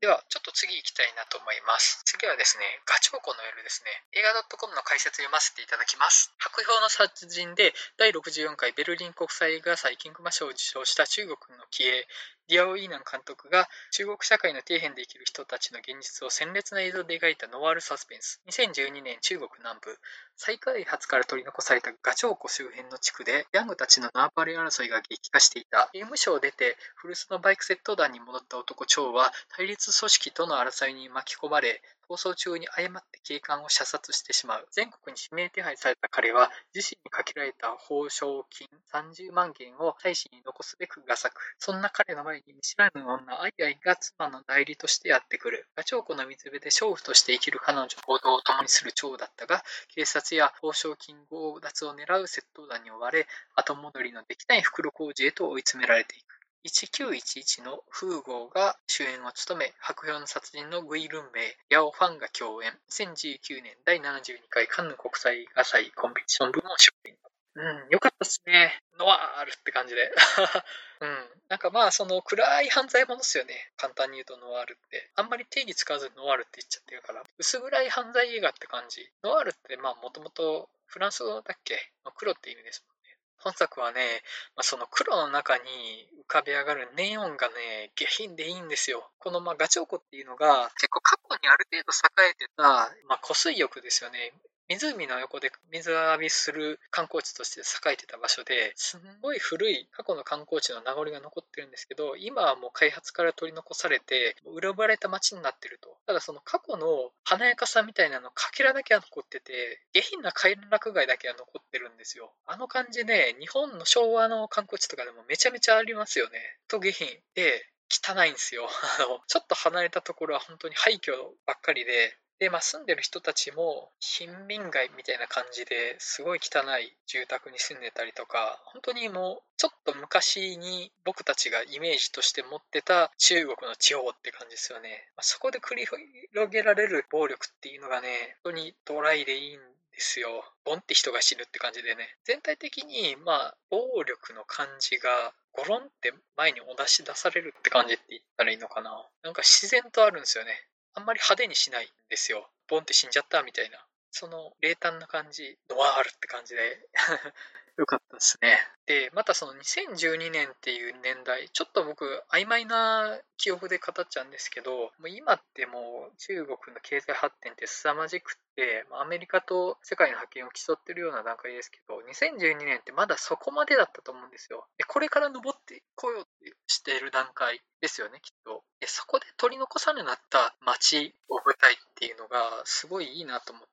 では、ちょっと次行きたいなと思います。次はですね、ガチョウコの夜ですね。映画 .com の解説読ませていただきます。白氷の殺人で第64回ベルリン国際映画祭金熊賞を受賞した中国の気鋭、ディアオ・イーナン監督が中国社会の底辺で生きる人たちの現実を鮮烈な映像で描いたノワールサスペンス。2012年中国南部、再開発から取り残されたガチョウ湖周辺の地区で、ギャングたちの縄張り争いが激化していた。刑務所を出て、古巣のバイク窃盗団に戻った男チョウは、対立組織との争いに巻き込まれ、逃走中に誤って警官を射殺してしまう。全国に指名手配された彼は、自身にかけられた報奨金30万元を大使に残すべく画策。そんな彼の前に見知らぬ女、アイアイが妻の代理としてやってくる。ガチョウコの水辺で娼婦として生きる彼女と行動を共にする蝶だったが、警察や報奨金強奪を狙う窃盗団に追われ、後戻りのできない袋小路へと追い詰められていく。1911のフーゴーが主演を務め、白氷の殺人のグイ・ルンメイ、ヤオ・ファンが共演。2019年第72回カンヌ国際映画祭コンペティション部門出品。よかったっすね。ノワールって感じで。なんかまあ、その暗い犯罪ものっすよね。簡単に言うとノワールって。あんまり定義使わずにノワールって言っちゃってるから。薄暗い犯罪映画って感じ。ノワールってまあ、もともとフランス語だっけ黒って意味ですもんね。本作はね、その黒の中に浮かび上がるネオンがね、下品でいいんですよ。このガチョウコっていうのが、結構過去にある程度栄えてた、湖水浴ですよね。湖の横で水浴びする観光地として栄えてた場所で、すんごい古い過去の観光地の名残が残ってるんですけど、今はもう開発から取り残されて、うばれた街になってると。ただその過去の華やかさみたいなのかけらだけは残ってて、下品な歓楽街だけは残ってるんですよ。あの感じね、日本の昭和の観光地とかでもめちゃめちゃありますよね。と下品で、汚いんですよ。ちょっと離れたところは本当に廃墟ばっかりで、住んでる人たちも貧民街みたいな感じですごい汚い住宅に住んでたりとか、本当にもうちょっと昔に僕たちがイメージとして持ってた中国の地方って感じですよね。そこで繰り広げられる暴力っていうのがね、本当にドライでいいんですよ。ボンって人が死ぬって感じでね。全体的に暴力の感じがゴロンって前にお出し出されるって感じって言ったらいいのかな。なんか自然とあるんですよね。あんまり派手にしないんですよ。ボンって死んじゃったみたいな。その冷淡な感じ、ノワールって感じでよかったですね。で、またその2012年っていう年代、ちょっと僕曖昧な記憶で語っちゃうんですけど、もう今ってもう中国の経済発展って凄まじくって、アメリカと世界の覇権を競ってるような段階ですけど、2012年ってまだそこまでだったと思うんですよ。で、これから登ってこようってしている段階ですよね、きっと。で、そこで取り残されなった街を舞台っていうのがすごいいいなと思って、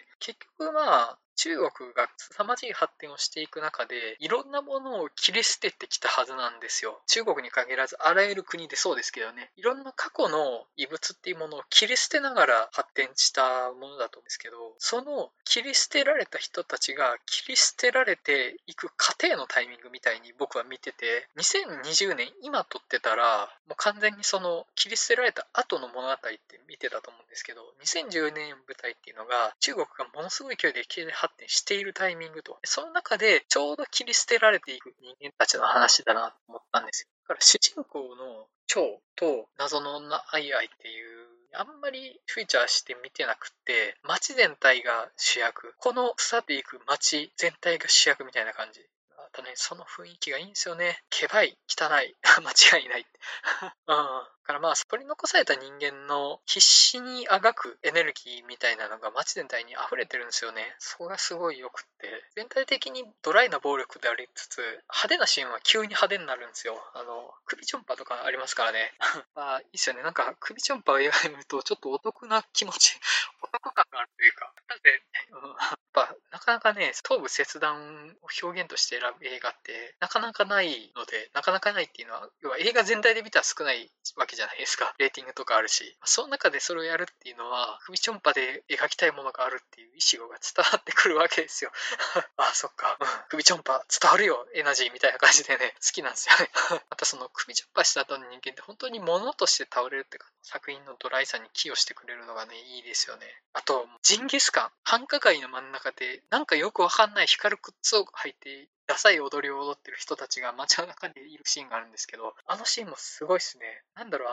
結局中国が凄まじい発展をしていく中で、いろんなものを切り捨ててきたはずなんですよ。中国に限らず、あらゆる国でそうですけどね。いろんな過去の遺物っていうものを切り捨てながら発展したものだと思うんですけど、その切り捨てられた人たちが切り捨てられていく過程のタイミングみたいに僕は見てて、2020年今撮ってたら、もう完全にその切り捨てられた後の物語って見てたと思うんですけど、2010年舞台っていうのが中国がものすごい勢いで経済発展しているタイミングと、その中でちょうど切り捨てられていく人間たちの話だなと思ったんですよ。だから主人公の蝶と謎の女アイアイっていうあんまりフィーチャーして見てなくて、街全体が主役。この腐っていく街全体が主役みたいな感じ。あとね、その雰囲気がいいんですよね。けばい、汚い、間違いない。だから取り残された人間の必死にあがくエネルギーみたいなのが街全体に溢れてるんですよね。そこがすごい良くって。全体的にドライな暴力でありつつ、派手なシーンは急に派手になるんですよ。首ちょんぱとかありますからね。いいっすよね。なんか首ちょんぱを描いるとちょっとお得な気持ち、お得感があるというか。だって、なかなかね、頭部切断を表現として選ぶ映画ってなかなかないので、なかなかないっていうのは、要は映画全体で見たら少ないわけじゃないですか。レーティングとかあるし。その中でそれをやるっていうのは、首ちょんぱで描きたいものがあるっていう意思が伝わってくるわけですよ。そっか。首ちょんぱ伝わるよ、エナジーみたいな感じでね、好きなんですよね。またその首ちょんぱした後の人間って本当に物として倒れるっていうか、作品のドライさに寄与してくれるのがね、いいですよね。あと、ジンギスカン。繁華街の真ん中で、なんかよくわかんない光る靴を履いて、ダサい踊りを踊ってる人たちが街の中でいるシーンがあるんですけど、あのシーンもすごいっすね。なんだろう、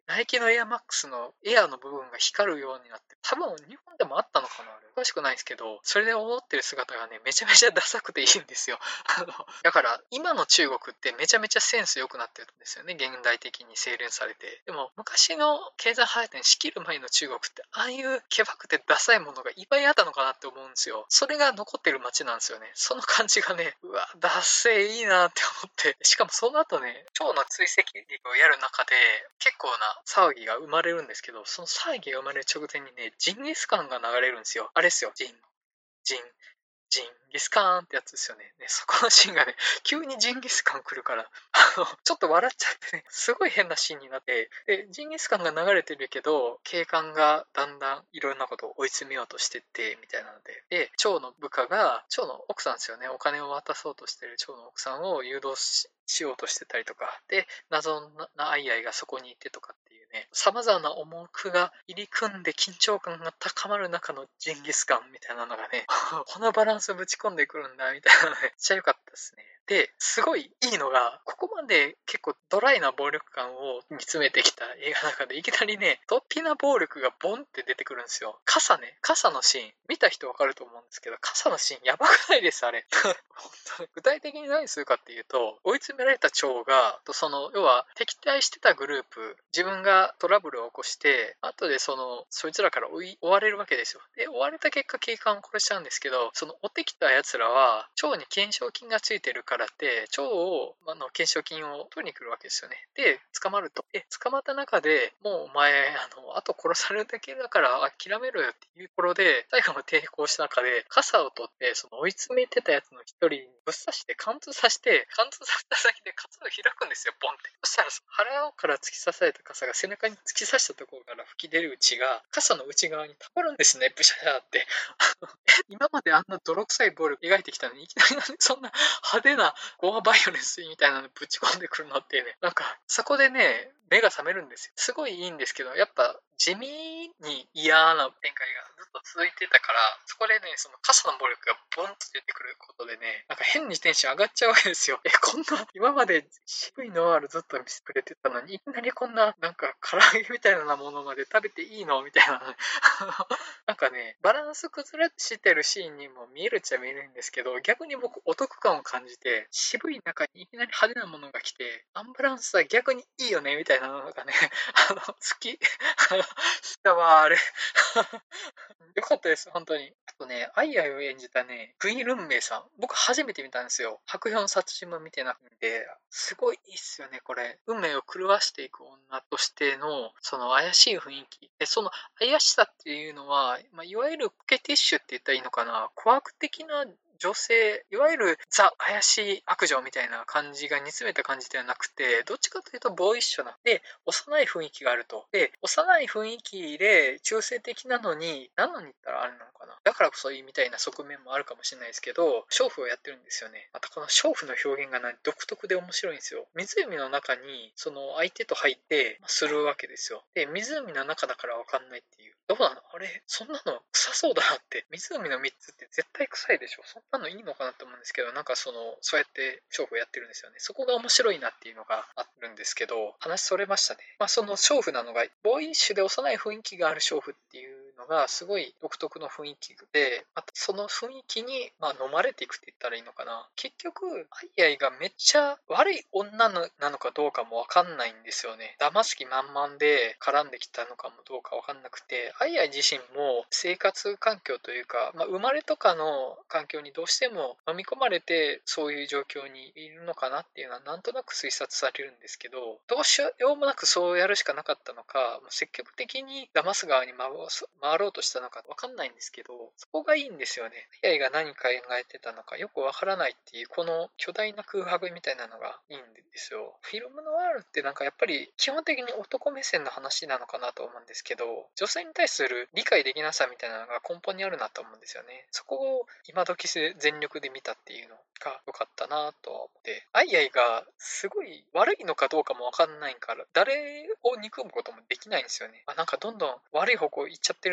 ナイキのエアマックスのエアの部分が光るようになって、多分日本でもあったのかなあれ。詳しくないですけど、それで踊ってる姿がね、めちゃめちゃダサくていいんですよ。だから、今の中国ってめちゃめちゃセンス良くなってるんですよね。現代的に洗練されて。でも、昔の経済発展しきる前の中国って、ああいうケバくてダサいものがいっぱいあったのかなって思うんですよ。それが残ってる街なんですよね。その感じがね、うわ、ダッセーいいなって思って。しかもその後ね、蝶の追跡劇をやる中で、結構な騒ぎが生まれるんですけど、その騒ぎが生まれる直前にね、ジンギスカンが流れるんですよ。あれですよ。ジン、ジンギスカーンってやつですよね。そこのシーンがね、急にジンギスカン来るから、ちょっと笑っちゃってね、すごい変なシーンになって、で、ジンギスカンが流れてるけど、警官がだんだんいろんなことを追い詰めようとしてって、みたいなので、で、蝶の部下が、蝶の奥さんですよね、お金を渡そうとしてる蝶の奥さんを誘導しようとしてたりとか、で、謎なアイアイがそこにいてとかっていうね、様々な思惑が入り組んで緊張感が高まる中のジンギスカンみたいなのがね、このバランスをぶち込んでくるんだみたいなので、めっちゃ良かったですね。で、すごいいいのが、ここまで結構ドライな暴力感を煮詰めてきた映画の中で、いきなりね、突飛な暴力がボンって出てくるんですよ。傘のシーン。見た人わかると思うんですけど、傘のシーンやばくないです、あれ。本当に具体的に何するかっていうと、追い詰められた蝶が、要は敵対してたグループ、自分がトラブルを起こして、後でそいつらから追われるわけですよ。で、追われた結果警官を殺しちゃうんですけど、追ってきた奴らは、蝶に懸賞金がついてるからって、蝶を、懸賞金を取りに来るわけですよね。で、捕まると。で、捕まった中でもうお前、あと殺されるだけだから諦めろよっていうところで、最後の抵抗した中で、傘を取って、追い詰めてたやつの一人にぶっ刺して、貫通させた先で傘を開くんですよ、ポンって。そしたら、腹から突き刺された傘が背中に突き刺したところから吹き出る血が、傘の内側にたまるんですね、ブシャーって。今まであんな泥臭い暴力描いてきたのに、いきなりそんな派手なゴアバイオレンスみたいなのぶち込んでくるのっていうね、なんか、そこでね、目が覚めるんですよ。すごいいいんですけど、やっぱ地味に嫌な展開がずっと続いてたから、そこでね、その傘の暴力がボンと出てくることでね、なんか変にテンション上がっちゃうわけですよ。こんな、今まで渋いノワールずっと見せてくれてたのに、いきなりこんな、なんか唐揚げみたいなものまで食べていいのみたいな、ね。なんかね、バランス崩れしてるシーンにも見えるっちゃ見えるんですけど、逆に僕お得感を感じて、渋い中にいきなり派手なものが来て、アンバランスは逆にいいよね、みたいなのがね、好き。だわ、あれ。よかったです、本当に。あとね、アイアイを演じたね、クイ・ルンメイさん。僕初めて見たんですよ。白氷の殺人も見てなくて、すごいいいっすよね、これ。運命を狂わしていく女としての、その怪しい雰囲気。で、その怪しさっていうのは、いわゆるコケティッシュって言ったらいいのかな。小悪的な女性、いわゆるザ怪しい悪女みたいな感じが煮詰めた感じではなくて、どっちかというとボーイッシュな。で、幼い雰囲気があると。で、幼い雰囲気で中性的なのに、何のに言ったらあれなのかな。だからこそいいみたいな側面もあるかもしれないですけど、娼婦をやってるんですよね。またこの娼婦の表現が独特で面白いんですよ。湖の中に、その相手と入ってするわけですよ。で、湖の中だからわかんないっていう。どうなのあれそんなの臭そうだなって。湖の3つって絶対臭いでしょ。そんなのいいのかなと思うんですけど、なんかそうやって娼婦をやってるんですよね。そこが面白いなっていうのがあるんですけど、話それましたね。その娼婦なのが、ボーイッシュで幼い雰囲気がある娼婦っていうのが、すごい独特の雰囲気で、またその雰囲気に、飲まれていくって言ったらいいのかな。結局、アイアイがめっちゃ悪い女なのかどうかもわかんないんですよね。騙す気満々で絡んできたのかもどうかわかんなくて、アイアイ自身も生活環境というか、生まれとかの環境にどうしても飲み込まれてそういう状況にいるのかなっていうのはなんとなく推察されるんですけど、どうしようもなくそうやるしかなかったのか、積極的に騙す側に回ろうとしたのかわかんないんですけど、そこがいいんですよね。アイアイが何考えてたのかよくわからないっていう、この巨大な空白みたいなのがいいんですよ。フィルムノワールってなんかやっぱり基本的に男目線の話なのかなと思うんですけど、女性に対する理解できなさみたいなのが根本にあるなと思うんですよね。そこを今時全力で見たっていうのが良かったなとは思って、アイアイがすごい悪いのかどうかもわかんないから、誰を憎むこともできないんですよね。なんかどんどん悪い方向行っちゃってる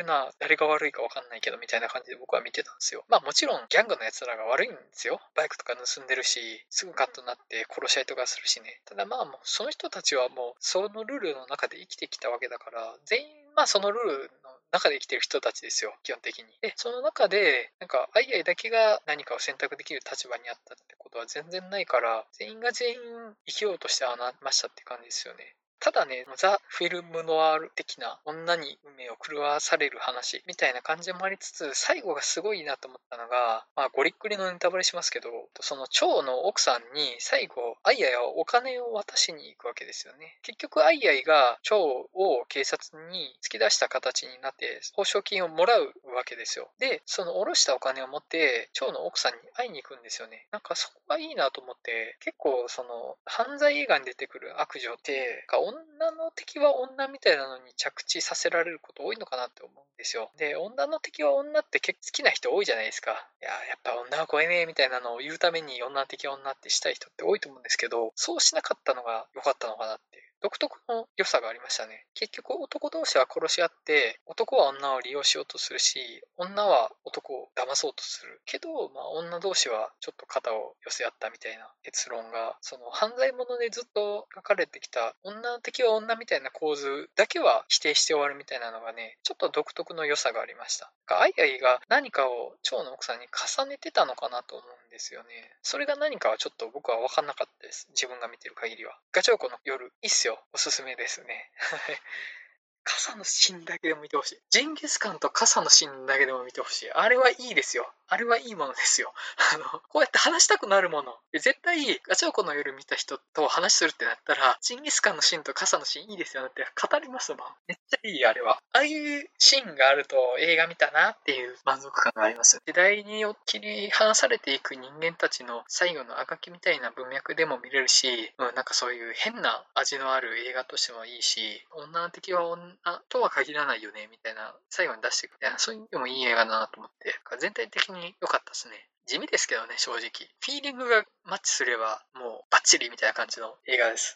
るな、誰が悪いか分かんないけどみたいな感じで僕は見てたんですよ。まあもちろんギャングのやつらが悪いんですよ。バイクとか盗んでるし、すぐカッとなって殺し合いとかするしね。ただまあもうその人たちはもうそのルールの中で生きてきたわけだから、全員まあそのルールの中で生きてる人たちですよ、基本的に。で、その中で、なんか、アイアイだけが何かを選択できる立場にあったってことは全然ないから、全員が全員生きようとしてああなりましたって感じですよね。ただね、ザ・フィルムノワール的な女に運命を狂わされる話みたいな感じもありつつ、最後がすごいなと思ったのが、まあゴリッゴリのネタバレしますけど、その蝶の奥さんに最後、アイアイはお金を渡しに行くわけですよね。結局アイアイが蝶を警察に突き出した形になって報奨金をもらうわけですよ。で、その下ろしたお金を持って蝶の奥さんに会いに行くんですよね。なんかそこがいいなと思って、結構その犯罪映画に出てくる悪女って、女の敵は女みたいなのに着地させられること多いのかなって思うんですよ。で、女の敵は女って結構好きな人多いじゃないですか。いや、やっぱ女は怖いねみたいなのを言うために女の敵は女ってしたい人って多いと思うんですけど、そうしなかったのが良かったのかなって。独特の良さがありましたね。結局男同士は殺し合って、男は女を利用しようとするし、女は男を騙そうとする。けど、まあ女同士はちょっと肩を寄せ合ったみたいな結論が、その犯罪者でずっと書かれてきた女の敵は女みたいな構図だけは否定して終わるみたいなのがね、ちょっと独特の良さがありました。アイアイが何かを蝶の奥さんに重ねてたのかなと思うんですよね。それが何かはちょっと僕は分かんなかったです。自分が見てる限りは。ガチョウコの夜、いいっすよ。おすすめですね。傘のシーンだけでも見てほしい。ジンギスカンと傘のシーンだけでも見てほしい。あれはいいですよ。あれはいいものですよ。こうやって話したくなるもの。絶対、ガチョウコの夜見た人と話するってなったら、ジンギスカンのシーンと傘のシーンいいですよねって語りますもん。めっちゃいい、あれは。ああいうシーンがあると映画見たなっていう満足感があります。時代に切り離されていく人間たちの最後のあがきみたいな文脈でも見れるし、なんかそういう変な味のある映画としてもいいし、女の敵は女とは限らないよねみたいな最後に出していくみたいな、そういうのもいい映画だなと思って、全体的に良かったですね。地味ですけどね、正直。フィーリングがマッチすればもうバッチリみたいな感じの映画です。